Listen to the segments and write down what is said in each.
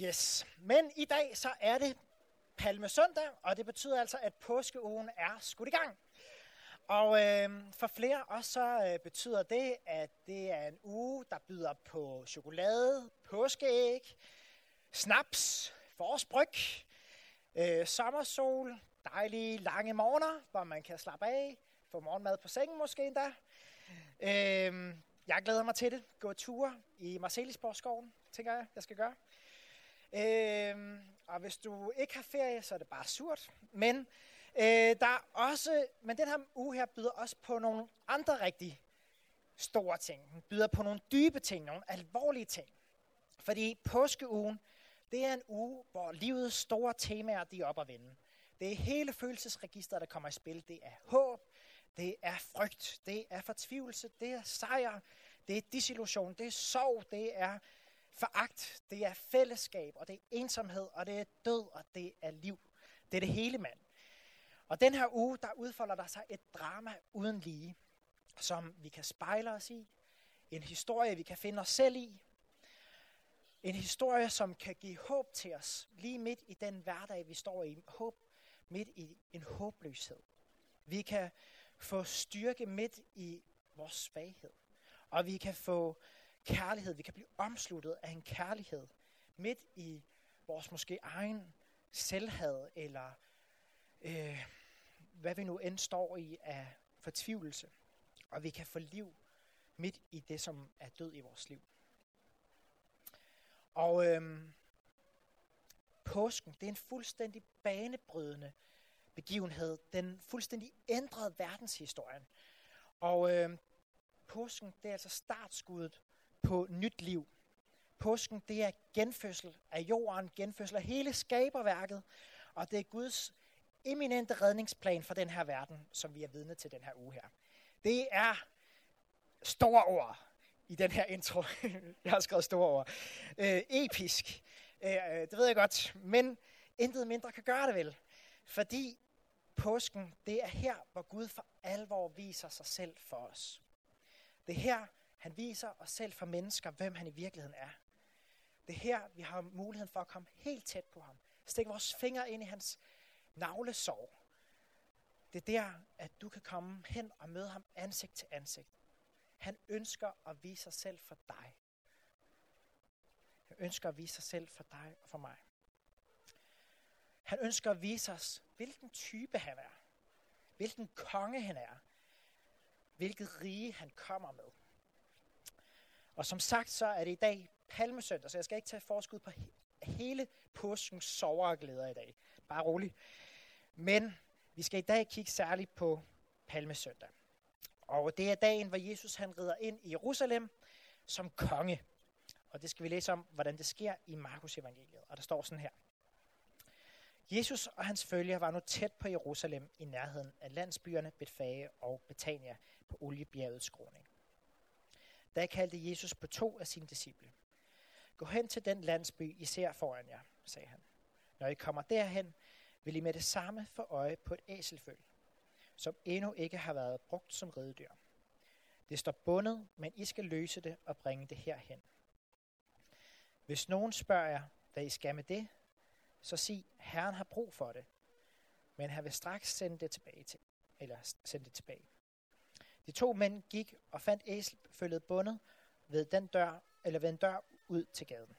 Yes, men i dag så er det Palmesøndag, og det betyder altså, at påskeugen er skudt i gang. Og for flere også så betyder det, at det er en uge, der byder på chokolade, påskeæg, snaps, forårsbryg, sommersol, dejlige lange morgener, hvor man kan slappe af, få morgenmad på sengen måske endda. Jeg glæder mig til det. Gå ture i Marselisborgskoven, tænker jeg skal gøre. Og hvis du ikke har ferie, så er det bare surt. Men men den her uge her byder også på nogle andre rigtig store ting. Den byder på nogle dybe ting, nogle alvorlige ting. Fordi påskeugen, det er en uge, hvor livets store temaer de er op at vende. Det er hele følelsesregistret, der kommer i spil. Det er håb, det er frygt, det er fortvivlelse, det er sejr, det er disillusion, det er sorg, det er foragt, det er fællesskab, og det er ensomhed, og det er død, og det er liv. Det er det hele, mand. Og den her uge, der udfolder der sig et drama uden lige, som vi kan spejle os i. En historie, vi kan finde os selv i. En historie, som kan give håb til os, lige midt i den hverdag, vi står i. Håb midt i en håbløshed. Vi kan få styrke midt i vores svaghed. Og vi kan få kærlighed. Vi kan blive omsluttet af en kærlighed midt i vores måske egen selvhad, eller hvad vi nu end står i af fortvivlelse. Og vi kan få liv midt i det, som er død i vores liv. Og påsken, det er en fuldstændig banebrydende begivenhed. Den fuldstændig ændrede verdenshistorien. Og påsken, det er altså startskuddet på nyt liv. Påsken, det er genfødsel af jorden, genfødsel af hele skaberværket, og det er Guds eminente redningsplan for den her verden, som vi er vidne til den her uge her. Det er store ord i den her intro. Jeg har skrevet store ord. Episk. Det ved jeg godt, men intet mindre kan gøre det vel. Fordi påsken, det er her, hvor Gud for alvor viser sig selv for os. Det er her, han viser os selv for mennesker, hvem han i virkeligheden er. Det er her, vi har muligheden for at komme helt tæt på ham. Stikke vores fingre ind i hans navlesår. Det er der, at du kan komme hen og møde ham ansigt til ansigt. Han ønsker at vise sig selv for dig. Han ønsker at vise sig selv for dig og for mig. Han ønsker at vise os, hvilken type han er. Hvilken konge han er. Hvilket rige han kommer med. Og som sagt, så er det i dag Palmesøndag, så jeg skal ikke tage forskud på hele påskens sorger og glæder i dag. Bare rolig. Men vi skal i dag kigge særligt på Palmesøndag. Og det er dagen, hvor Jesus han rider ind i Jerusalem som konge. Og det skal vi læse om, hvordan det sker i Markus evangeliet. Og der står sådan her. Jesus og hans følgere var nu tæt på Jerusalem i nærheden af landsbyerne Betfage og Betania på Oliebjergets skråning. Da kaldte Jesus på 2 af sine disciple. Gå hen til den landsby, I ser foran jer, sagde han. Når I kommer derhen, vil I med det samme få øje på et æselføl, som endnu ikke har været brugt som ridedyr. Det står bundet, men I skal løse det og bringe det herhen. Hvis nogen spørger jer, hvad I skal med det, så sig, Herren har brug for det, men han vil straks sende det tilbage. De 2 mænd gik og fandt æselfølget bundet ved en dør ud til gaden.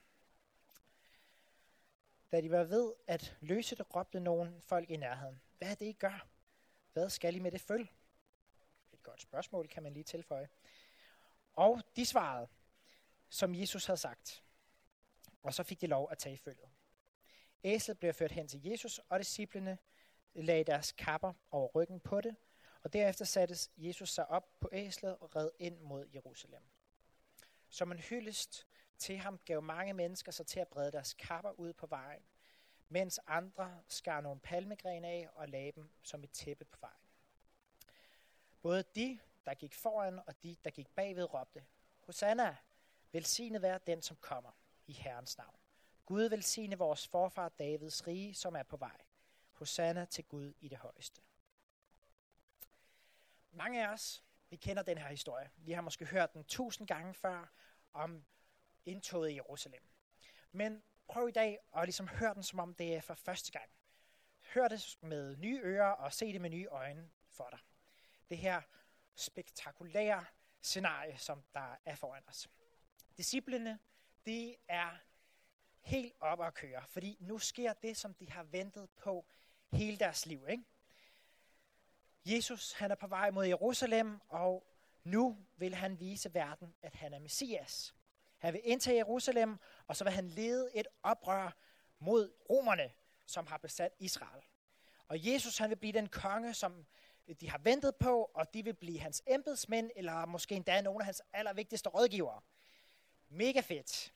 Da de var ved at løse det, råbte nogle folk i nærheden. Hvad er det, I gør? Hvad skal I med det føl? Et godt spørgsmål, kan man lige tilføje. Og de svarede, som Jesus havde sagt. Og så fik de lov at tage følget. Æslet blev ført hen til Jesus, og disciplene lagde deres kapper over ryggen på det, og derefter sattes Jesus sig op på æslet og red ind mod Jerusalem. Som en hyldest til ham gav mange mennesker sig til at brede deres kapper ud på vejen, mens andre skar nogle palmegrene af og lagde dem som et tæppe på vejen. Både de, der gik foran, og de, der gik bagved, råbte, Hosanna, velsignet være den, som kommer i Herrens navn. Gud velsigne vores forfar Davids rige, som er på vej. Hosanna til Gud i det højeste. Mange af os, vi kender den her historie. Vi har måske hørt den 1000 gange før om indtoget i Jerusalem. Men prøv i dag at ligesom høre den, som om det er for første gang. Hør det med nye ører og se det med nye øjne for dig. Det her spektakulære scenarie, som der er foran os. Disciplene, de er helt oppe at køre, fordi nu sker det, som de har ventet på hele deres liv. Ikke? Jesus, han er på vej mod Jerusalem, og nu vil han vise verden, at han er Messias. Han vil indtage Jerusalem, og så vil han lede et oprør mod romerne, som har besat Israel. Og Jesus, han vil blive den konge, som de har ventet på, og de vil blive hans embedsmænd, eller måske endda nogle af hans allervigtigste rådgivere. Mega fedt.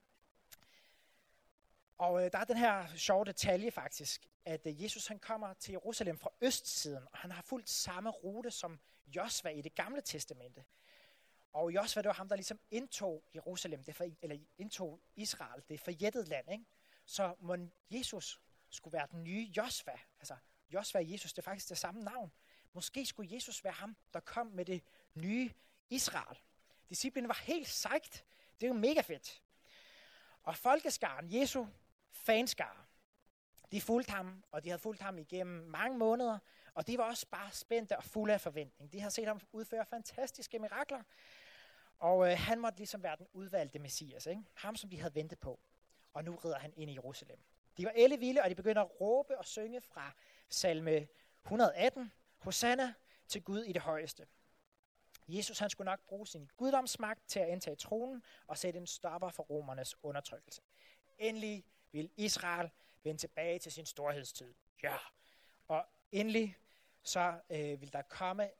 Og der er den her sjove detalje faktisk, at Jesus han kommer til Jerusalem fra østsiden, og han har fulgt samme rute som Josva i det gamle testamente. Og Josva, det var ham, der ligesom indtog Jerusalem, eller indtog Israel, det forjættede land. Ikke? Så må Jesus skulle være den nye Josva. Altså Josva og Jesus, det er faktisk det samme navn. Måske skulle Jesus være ham, der kom med det nye Israel. Disciplene var helt sejt. Det er jo mega fedt. Og folkeskaren, Jesu fanskare, de fulgte ham, og de havde fulgt ham igennem mange måneder, og de var også bare spændte og fulde af forventning. De havde set ham udføre fantastiske mirakler, og han måtte ligesom være den udvalgte Messias, ikke? Ham, som de havde ventet på. Og nu rider han ind i Jerusalem. De var ellevilde, og de begynder at råbe og synge fra salme 118, Hosanna til Gud i det højeste. Jesus han skulle nok bruge sin guddomsmagt til at indtage tronen og sætte en stopper for romernes undertrykkelse. Endelig vil Israel vende tilbage til sin storhedstid. Ja. Og endelig så vil der komme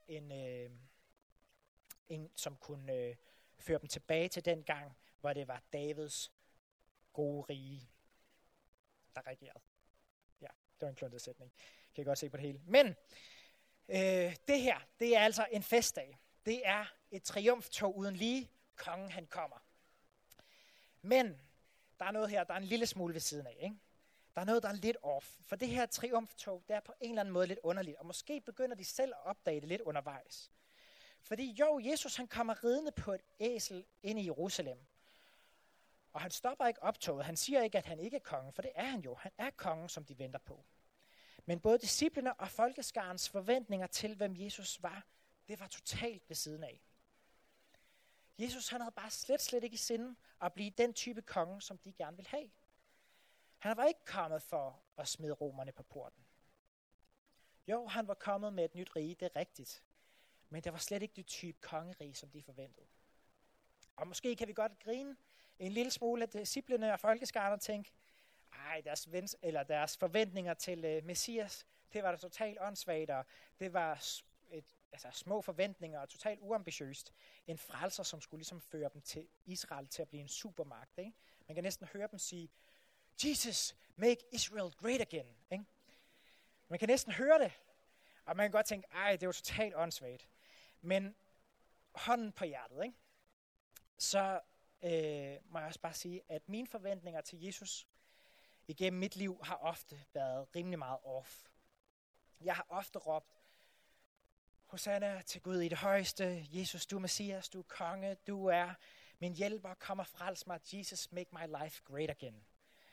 en som kunne føre dem tilbage til den gang, hvor det var Davids gode rige, der regerede. Ja, det var en kluntet sætning. Kan I godt se på det hele. Men det her, det er altså en festdag. Det er et triumftog uden lige. Kongen han kommer. Men der er noget her, der er en lille smule ved siden af. Ikke? Der er noget, der er lidt off. For det her triumftog, det er på en eller anden måde lidt underligt. Og måske begynder de selv at opdage det lidt undervejs. Fordi Jesus han kommer ridende på et æsel ind i Jerusalem. Og han stopper ikke optoget. Han siger ikke, at han ikke er kongen, for det er han jo. Han er kongen, som de venter på. Men både disciplene og folkeskarens forventninger til, hvem Jesus var, det var totalt ved siden af. Jesus han havde bare slet ikke i sinde at blive den type konge, som de gerne ville have. Han var ikke kommet for at smide romerne på porten. Jo, han var kommet med et nyt rige, det er rigtigt. Men det var slet ikke det type kongerige, som de forventede. Og måske kan vi godt grine en lille smule af disciplene og folkeskarerne og tænke, deres forventninger til Messias, det var da totalt åndssvagt, og det var små forventninger og totalt uambitiøst. En frelser, som skulle ligesom føre dem til Israel til at blive en supermagt. Ikke? Man kan næsten høre dem sige, Jesus, make Israel great again. Ikke? Man kan næsten høre det, og man kan godt tænke, det var totalt åndssvagt. Men hånden på hjertet, ikke? Så må jeg også bare sige, at mine forventninger til Jesus igennem mit liv har ofte været rimelig meget off. Jeg har ofte råbt, Hosanna til Gud i det højeste, Jesus, du er Messias, du er konge, du er min hjælper, kom og frels mig, Jesus, make my life great again.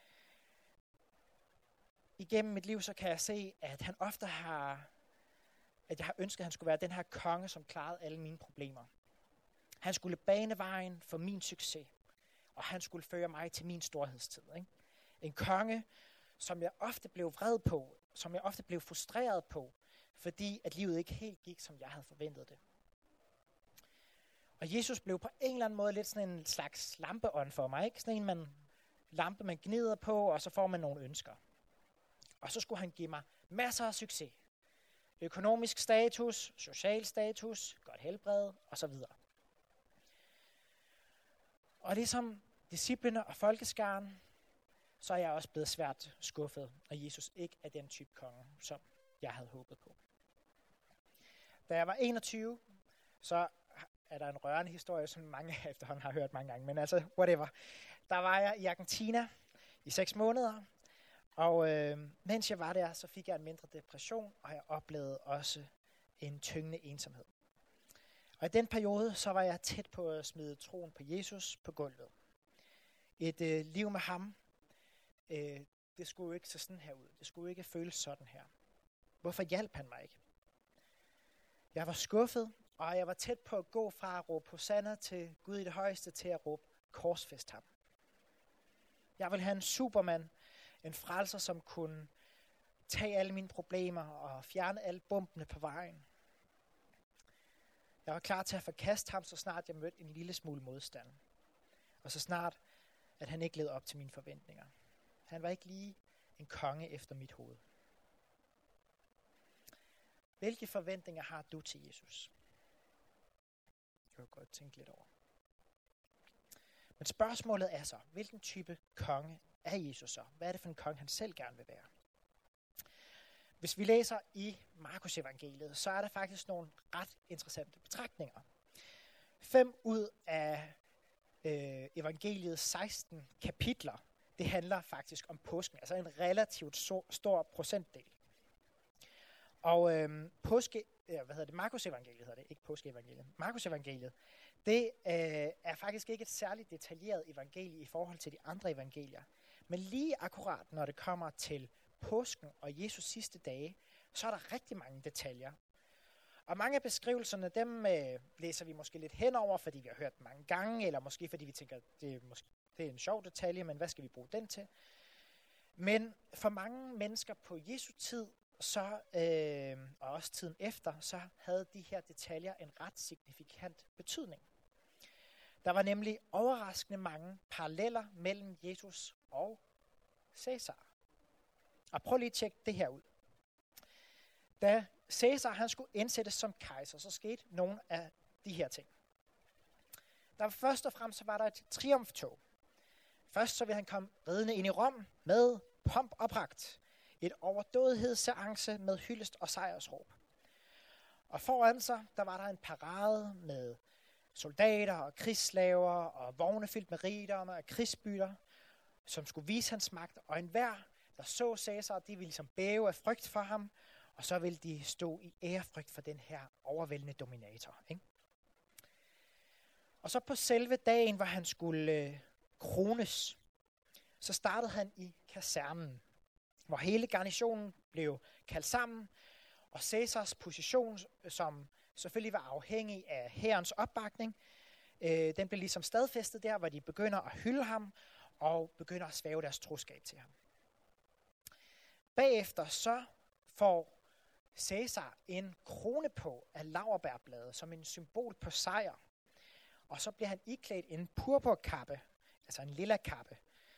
Igennem mit liv, så kan jeg se, at jeg har ønsket, at han skulle være den her konge, som klarede alle mine problemer. Han skulle bane vejen for min succes, og han skulle føre mig til min storhedstid. Ikke? En konge, som jeg ofte blev vred på, som jeg ofte blev frustreret på, fordi at livet ikke helt gik, som jeg havde forventet det. Og Jesus blev på en eller anden måde lidt sådan en slags lampeånd for mig. Ikke? Sådan en lampe, man gnider på, og så får man nogle ønsker. Og så skulle han give mig masser af succes. Økonomisk status, social status, godt helbred osv. Og ligesom disciplene og folkeskaren, så er jeg også blevet svært skuffet, og Jesus ikke er den type konge, som jeg havde håbet på. Da jeg var 21, så er der en rørende historie, som mange efterhånden har hørt mange gange, men altså whatever. Der var jeg i Argentina i 6 måneder, og mens jeg var der, så fik jeg en mindre depression, og jeg oplevede også en tyngende ensomhed. Og i den periode, så var jeg tæt på at smide troen på Jesus på gulvet. Et liv med ham det skulle jo ikke se sådan her ud. Det skulle jo ikke føles sådan her. Hvorfor hjalp han mig ikke? Jeg var skuffet, og jeg var tæt på at gå fra at råbe Hosanna til Gud i det højeste, til at råbe korsfæst ham. Jeg ville have en supermand, en frelser, som kunne tage alle mine problemer og fjerne alle bombene på vejen. Jeg var klar til at forkaste ham, så snart jeg mødte en lille smule modstand. Og så snart, at han ikke levede op til mine forventninger. Han var ikke lige en konge efter mit hoved. Hvilke forventninger har du til Jesus? Det kan jeg godt tænke lidt over. Men spørgsmålet er så, hvilken type konge er Jesus så? Hvad er det for en konge, han selv gerne vil være? Hvis vi læser i Markus evangeliet, så er der faktisk nogle ret interessante betragtninger. 5 ud af evangeliets 16 kapitler, det handler faktisk om påsken, altså en relativt stor procentdel. Og Markus evangeliet hedder det, ikke påskeevangeliet. Markus evangeliet, det er faktisk ikke et særligt detaljeret evangelie i forhold til de andre evangelier. Men lige akkurat, når det kommer til påsken og Jesus sidste dage, så er der rigtig mange detaljer. Og mange af beskrivelserne, dem læser vi måske lidt henover, fordi vi har hørt dem mange gange, eller måske fordi vi tænker, det er en sjov detalje, men hvad skal vi bruge den til? Men for mange mennesker på Jesu tid, og også tiden efter, så havde de her detaljer en ret signifikant betydning. Der var nemlig overraskende mange paralleller mellem Jesus og Cæsar. Og prøv lige at tjekke det her ud. Da Cæsar han skulle indsættes som kejser, så skete nogle af de her ting. Først og fremmest så var der et triumftog. Først så ville han komme ridende ind i Rom med pomp og pragt. Et overdådighedsseance med hyldest og sejrsråb. Og foran sig, der var der en parade med soldater og krigsslaver og vogne fyldt med rigdomme og krigsbytter, som skulle vise hans magt. Og enhver, der så Cæsar, de ville ligesom bæve af frygt for ham, og så ville de stå i ærefrygt for den her overvældende dominator. Ikke? Og så på selve dagen, hvor han skulle krones, så startede han i kasernen, hvor hele garnisonen blev kaldt sammen, og Cæsars position, som selvfølgelig var afhængig af hærens opbakning, den blev ligesom stadfæstet der, hvor de begynder at hylde ham, og begynder at svæve deres troskab til ham. Bagefter så får Cæsar en krone på af laurbærblade, som en symbol på sejr. Og så bliver han iklædt en purpurkappe, altså en lilla kappe,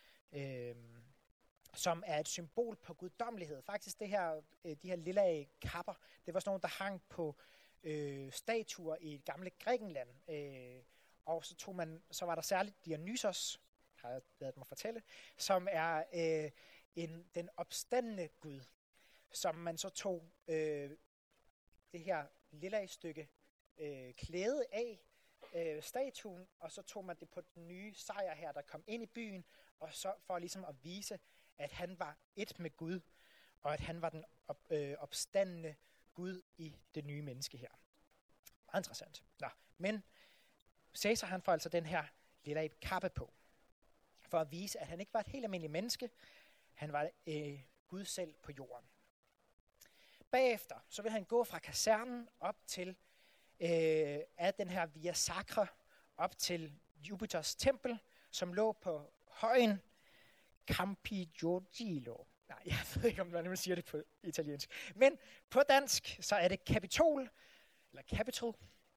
som er et symbol på guddommelighed. Faktisk de her lilla kapper, det var sådan nogle, der hang på statuer i et gamle Grækenland. Og så var der særligt Dionysos, har jeg ladet mig fortælle, som er den opstandende gud, som man så tog det her lilla stykke klæde af statuen, og så tog man det på den nye sejr her, der kom ind i byen, og så for ligesom at vise, at han var et med Gud, og at han var den opstandende Gud i det nye menneske her. Meget interessant. Men Cæsar han får altså den her lilla kappe på, for at vise, at han ikke var et helt almindeligt menneske, han var Gud selv på jorden. Bagefter så vil han gå fra kasernen op til af den her Via Sacra op til Jupiters tempel, som lå på højen Campidoglio. Nej, jeg ved ikke, hvordan man siger det på italiensk. Men på dansk, så er det Capitol, eller Capitol,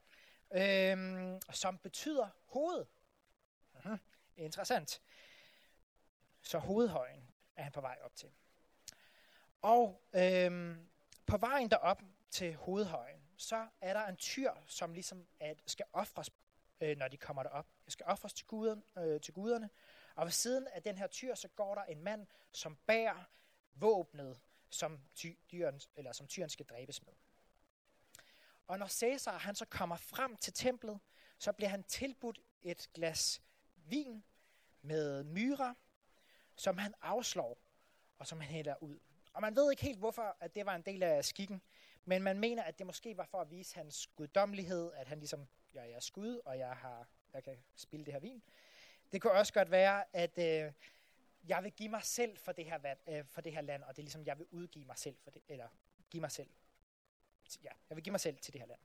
som betyder hoved. Interessant. Så hovedhøjen er han på vej op til. Og på vejen derop til hovedhøjen, så er der en tyr, som ligesom skal ofres, når de kommer derop. Det skal ofres til guderne. Og ved siden af den her tyr, så går der en mand, som bærer våbnet, som tyren skal dræbes med. Og når Cæsar han så kommer frem til templet, så bliver han tilbudt et glas vin med myrer, som han afslår, og som han hælder ud. Og man ved ikke helt, hvorfor at det var en del af skikken, men man mener, at det måske var for at vise hans guddommelighed, at han ligesom, jeg er skud, og jeg kan spilde det her vin. Det kunne også godt være, at jeg vil give mig selv for det her land, og det er ligesom, jeg vil udgive mig selv for det, eller give mig selv. Ja, jeg vil give mig selv til det her land.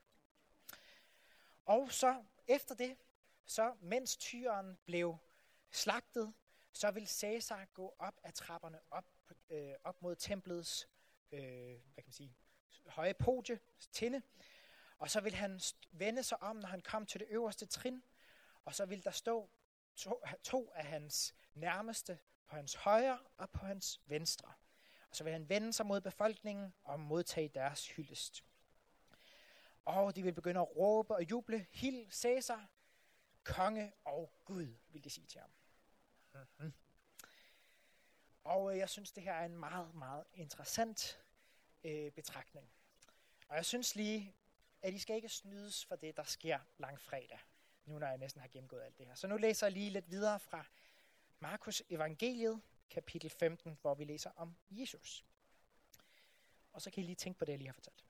Og så efter det, så mens tyren blev slagtet, så vil Cæsar gå op ad trapperne op mod templets høje podie, tinde, og så vil han vende sig om, når han kom til det øverste trin, og så vil der stå to af hans nærmeste på hans højre og på hans venstre. Og så vil han vende sig mod befolkningen og modtage deres hyldest. Og de vil begynde at råbe og juble, Hil Cæsar, konge og Gud, vil de sige til ham. Mm-hmm. Og jeg synes, det her er en meget, meget interessant betragtning. Og jeg synes lige, at I skal ikke snydes for det, der sker langfredag, nu når jeg næsten har gennemgået alt det her. Så nu læser jeg lige lidt videre fra Markus evangeliet, kapitel 15, hvor vi læser om Jesus. Og så kan I lige tænke på det, jeg lige har fortalt.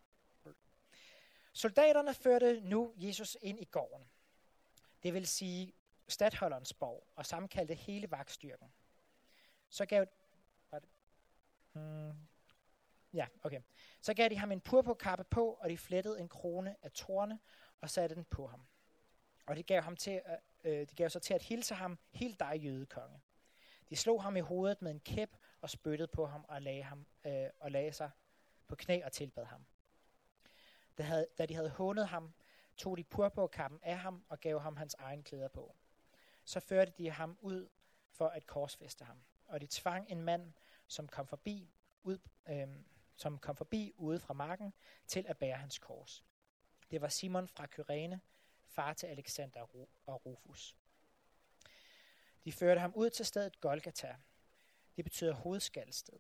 Soldaterne førte nu Jesus ind i gården. Det vil sige statholderens borg, og sammenkaldte hele vagtstyrken. Så gav de ham en purpurkappe på, og de flettede en krone af torne og satte den på ham. Og de gav så til at hilse ham, Hil dig, jødekonge. De slog ham i hovedet med en kæp og spyttede på ham og lagde sig på knæ og tilbad ham. Da de havde hånet ham, tog de purpurkappen af ham og gav ham hans egen klæder på. Så førte de ham ud for at korsfæste ham, og de tvang en mand, som kom forbi ude fra marken, til at bære hans kors. Det var Simon fra Kyrene, far til Alexander og Rufus. De førte ham ud til stedet Golgata. Det betyder hovedskaldested.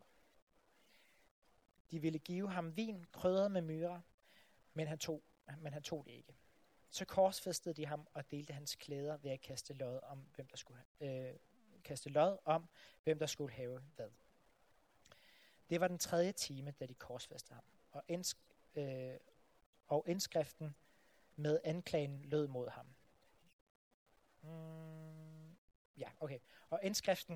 De ville give ham vin krydret med myrer, men han tog det ikke. Så korsfæstede de ham og delte hans klæder ved at kaste lod om, hvem der skulle have hvad. Det var den 3. time, da de korsfæstede ham, og indskriften med anklagen lød mod ham. Og indskriften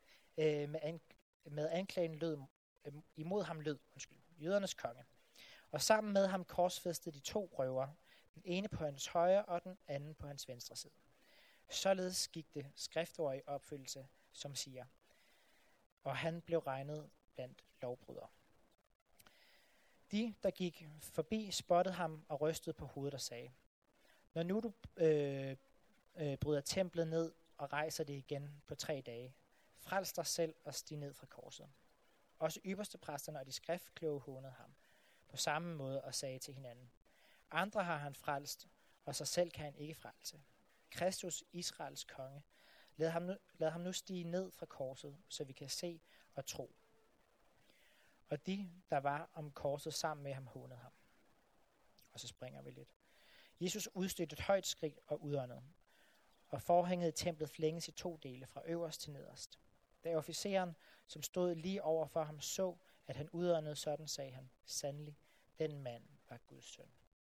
med anklagen lød imod ham jødernes konge. Og sammen med ham korsfæstede de 2 røvere, den ene på hans højre og den anden på hans venstre side. Således gik det skriftord i opfyldelse, som siger, og han blev regnet blandt lovbrydere. De, der gik forbi, spottede ham og rystede på hovedet og sagde, når nu du bryder templet ned og rejser det igen på 3 dage, frels dig selv og stig ned fra korset. Også ypperstepræsterne og de skriftkloge hånede ham på samme måde og sagde til hinanden, andre har han frelst, og sig selv kan han ikke frelse. Kristus, Israels konge, lad ham nu stige ned fra korset, så vi kan se og tro. Og de, der var om korset sammen med ham, hånede ham. Og så springer vi lidt. Jesus udstødte et højt skrig og udåndede, og forhænget i templet flænges i 2 dele, fra øverst til nederst. Da officeren, som stod lige over for ham, så, at han udåndede, sådan sagde han, sandelig, den mand var Guds søn.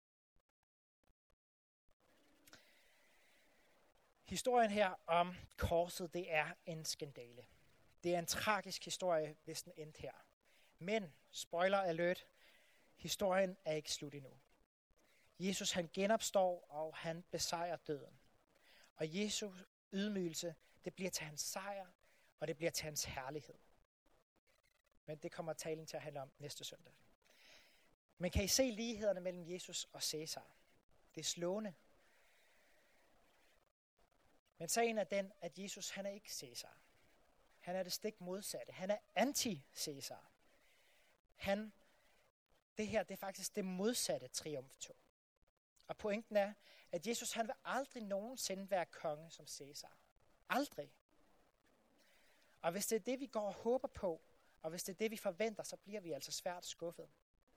Historien her om korset, det er en skandale. Det er en tragisk historie, hvis den endte her. Men, spoiler alert, historien er ikke slut endnu. Jesus han genopstår, og han besejrer døden. Og Jesu ydmygelse, det bliver til hans sejr, og det bliver til hans herlighed. Men det kommer talen til at handle om næste søndag. Men kan I se lighederne mellem Jesus og Cæsar? Det er slående. Men sagen er den, at Jesus han er ikke Cæsar. Han er det stik modsatte. Han er anti-Cæsar. Det her det er faktisk det modsatte triumftog. Og pointen er, at Jesus han vil aldrig nogensinde være konge som Cæsar. Aldrig. Og hvis det er det, vi går og håber på, og hvis det er det, vi forventer, så bliver vi altså svært skuffet.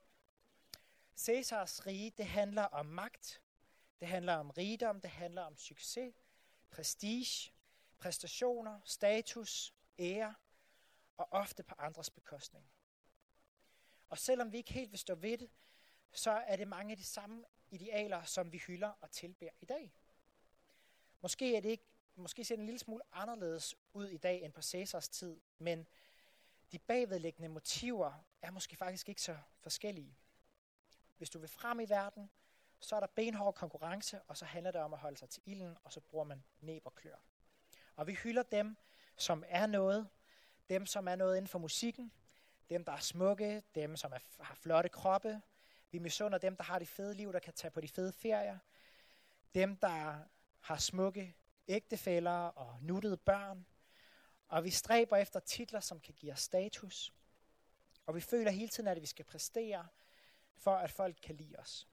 Cæsars rige, det handler om magt, det handler om rigdom, det handler om succes, prestige, præstationer, status, ære, og ofte på andres bekostning. Og selvom vi ikke helt vil stå ved det, så er det mange af de samme idealer, som vi hylder og tilbeder i dag. Måske er det ikke måske ser det en lille smule anderledes ud i dag end på Cæsars tid, men de bagvedliggende motiver er måske faktisk ikke så forskellige. Hvis du vil frem i verden, så er der benhård konkurrence, og så handler det om at holde sig til ilden, og så bruger man næb og klør. Og vi hylder dem, som er noget, dem som er noget inden for musikken, dem der er smukke, dem som har flotte kroppe. Vi misunder dem, der har det fede liv, der kan tage på de fede ferier. Dem, der har smukke ægtefæller og nuttede børn. Og vi stræber efter titler, som kan give os status. Og vi føler hele tiden, at vi skal præstere, for at folk kan lide os.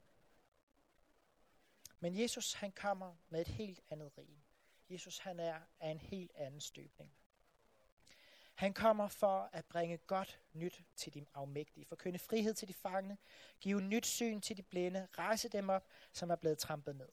Men Jesus, han kommer med et helt andet rige. Jesus, han er af en helt anden støbning. Han kommer for at bringe godt nyt til de afmægtige, forkynde frihed til de fangne, give nyt syn til de blinde, rejse dem op, som er blevet trampet ned.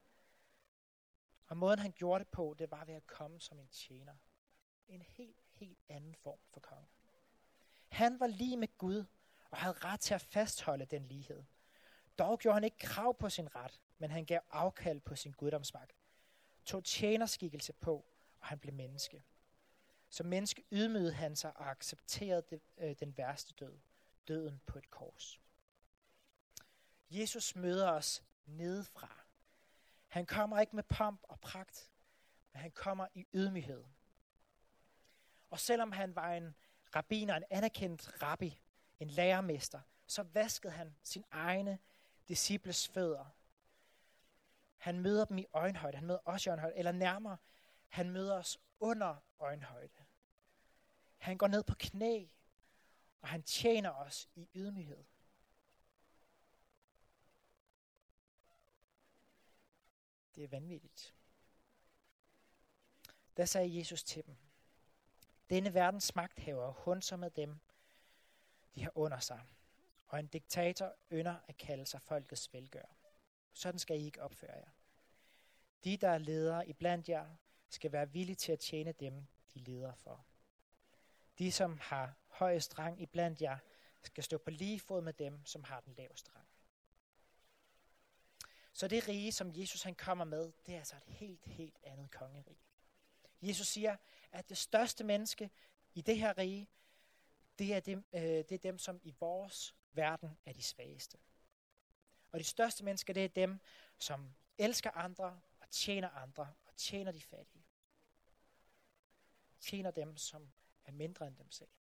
Og måden han gjorde det på, det var ved at komme som en tjener. En helt anden form for konge. Han var lige med Gud og havde ret til at fastholde den lighed. Dog gjorde han ikke krav på sin ret, men han gav afkald på sin guddomsmagt. Tog tjenerskikkelse på, og han blev menneske. Som menneske ydmygede han sig og accepterede den værste død. Døden på et kors. Jesus møder os nedefra. Han kommer ikke med pomp og pragt, men han kommer i ydmyghed. Og selvom han var en rabbiner, en anerkendt rabbi, en lærermester, så vaskede han sin egne disciples fødder. Han møder dem i øjenhøjde, han møder os i øjenhøjde, eller nærmere, han møder os under øjenhøjde. Han går ned på knæ, og han tjener os i ydmyghed. Det er vanvittigt. Der sagde Jesus til dem: denne verdens magthavere hundser med dem, de har under sig, og en diktator ynder at kalde sig folkets velgører. Sådan skal I ikke opføre jer. De, der er ledere iblandt jer, skal være villige til at tjene dem, de leder for. De, som har højest rang iblandt jer, skal stå på lige fod med dem, som har den laveste rang. Så det rige, som Jesus han kommer med, det er altså et helt andet kongerige. Jesus siger, at det største menneske i det her rige, det er dem, som i vores verden er de svageste. Og de største mennesker, det er dem, som elsker andre og tjener de fattige. Tjener dem, som er mindre end dem selv.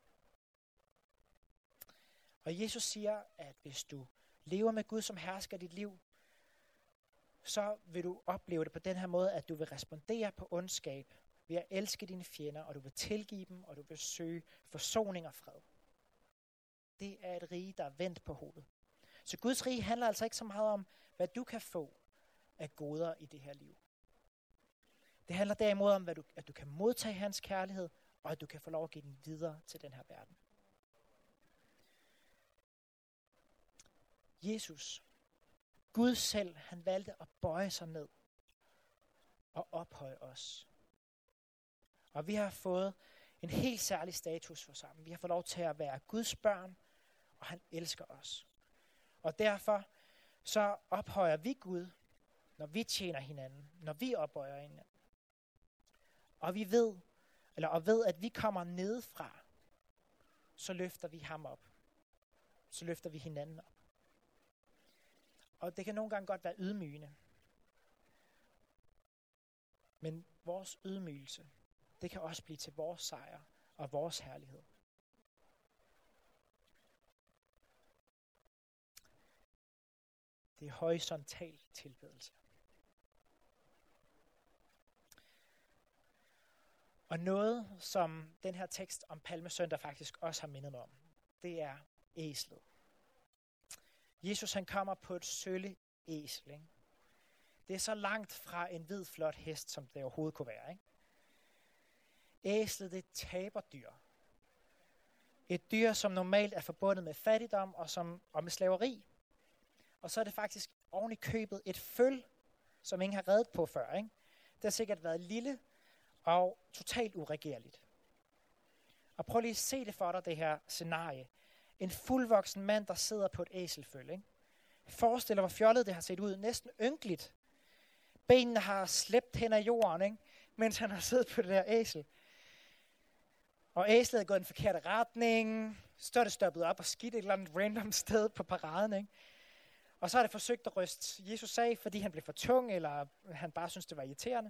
Og Jesus siger, at hvis du lever med Gud som hersker i dit liv, så vil du opleve det på den her måde, at du vil respondere på ondskab ved at elske dine fjender, og du vil tilgive dem, og du vil søge forsoning og fred. Det er et rige, der er vendt på hovedet. Så Guds rige handler altså ikke så meget om, hvad du kan få af goder i det her liv. Det handler derimod om, at du kan modtage hans kærlighed, og at du kan få lov at give den videre til den her verden. Jesus, Gud selv, han valgte at bøje sig ned og ophøje os. Og vi har fået en helt særlig status for sammen. Vi har fået lov til at være Guds børn, og han elsker os. Og derfor så ophøjer vi Gud, når vi tjener hinanden, når vi ophøjer hinanden. Og vi ved, at vi kommer nedefra, så løfter vi ham op. Så løfter vi hinanden op. Og det kan nogle gange godt være ydmygende. Men vores ydmygelse, det kan også blive til vores sejr og vores herlighed. Det er horisontal tilbedelse. Og noget, som den her tekst om Palmesøndag faktisk også har mindet mig om, det er æslet. Jesus han kommer på et sølle æsel. Ikke? Det er så langt fra en hvid flot hest, som det overhovedet kunne være. Ikke? Æslet det er et taberdyr. Et dyr, som normalt er forbundet med fattigdom og med slaveri. Og så er det faktisk oven i købet et føl, som ingen har reddet på før. Ikke? Det har sikkert været lille og totalt uregerligt. Og prøv lige at se det for dig, det her scenarie. En fuldvoksen mand, der sidder på et æselføl. Ikke? Forestil dig, hvor fjollet det har set ud. Næsten ynkeligt. Benene har slæbt hen ad jorden, ikke? Mens han har siddet på det der æsel. Og æslet er gået i den forkerte retning. Så er det stoppet op og skidt et eller andet random sted på paraden, ikke? Og så har det forsøgt at ryste Jesus af, fordi han blev for tung, eller han bare synes det var irriterende.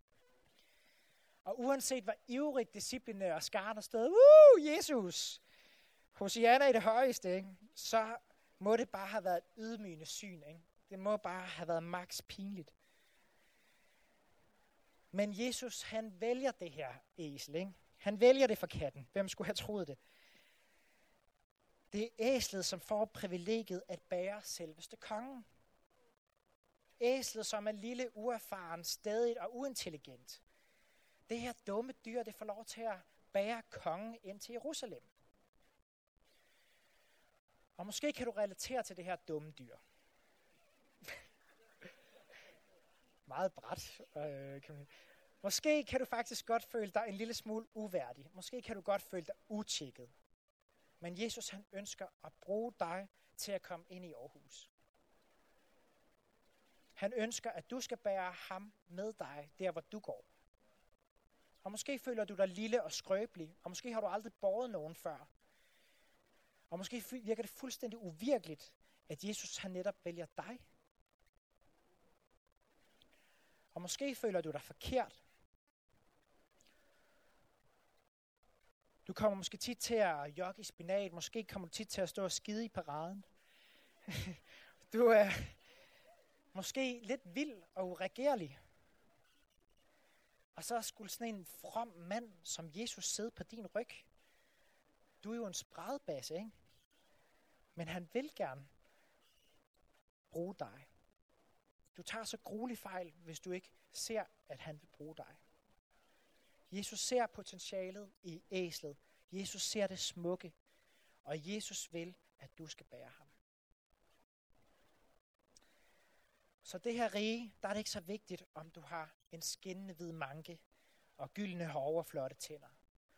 Og uanset hvor ivrigt disciplinerne og skaren har stået, Jesus, Hosianna i det højeste, ikke? Så må det bare have været et ydmygende syn, ikke? Det må bare have været max pinligt. Men Jesus, han vælger det her æsel, ikke? Han vælger det for katten. Hvem skulle have troet det? Det er æslet, som får privilegiet at bære selveste kongen. Æslet, som er lille, uerfaren, stædigt og uintelligent. Det her dumme dyr, det får lov til at bære kongen ind til Jerusalem. Og måske kan du relatere til det her dumme dyr. Meget bræt. Måske kan du faktisk godt føle dig en lille smule uværdig. Måske kan du godt føle dig utjekket. Men Jesus, han ønsker at bruge dig til at komme ind i Aarhus. Han ønsker, at du skal bære ham med dig, der hvor du går. Og måske føler du dig lille og skrøbelig, og måske har du aldrig båret nogen før. Og måske virker det fuldstændig uvirkeligt, at Jesus han netop vælger dig. Og måske føler du dig forkert. Du kommer måske tit til at jogge i spinat, måske kommer du tit til at stå og skide i paraden. Du er måske lidt vild og uregerlig. Og så skulle sådan en from mand som Jesus sidde på din ryg. Du er jo en spredbasse, ikke? Men han vil gerne bruge dig. Du tager så gruelig fejl, hvis du ikke ser, at han vil bruge dig. Jesus ser potentialet i æslet. Jesus ser det smukke. Og Jesus vil, at du skal bære ham. Så det her rige, der er det ikke så vigtigt, om du har en skinnende hvid manke og gyldne hår og flotte tænder.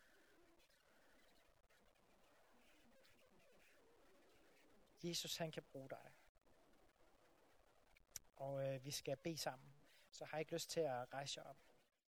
Jesus, han kan bruge dig. Og vi skal bede sammen. Så har jeg ikke lyst til at rejse jer op.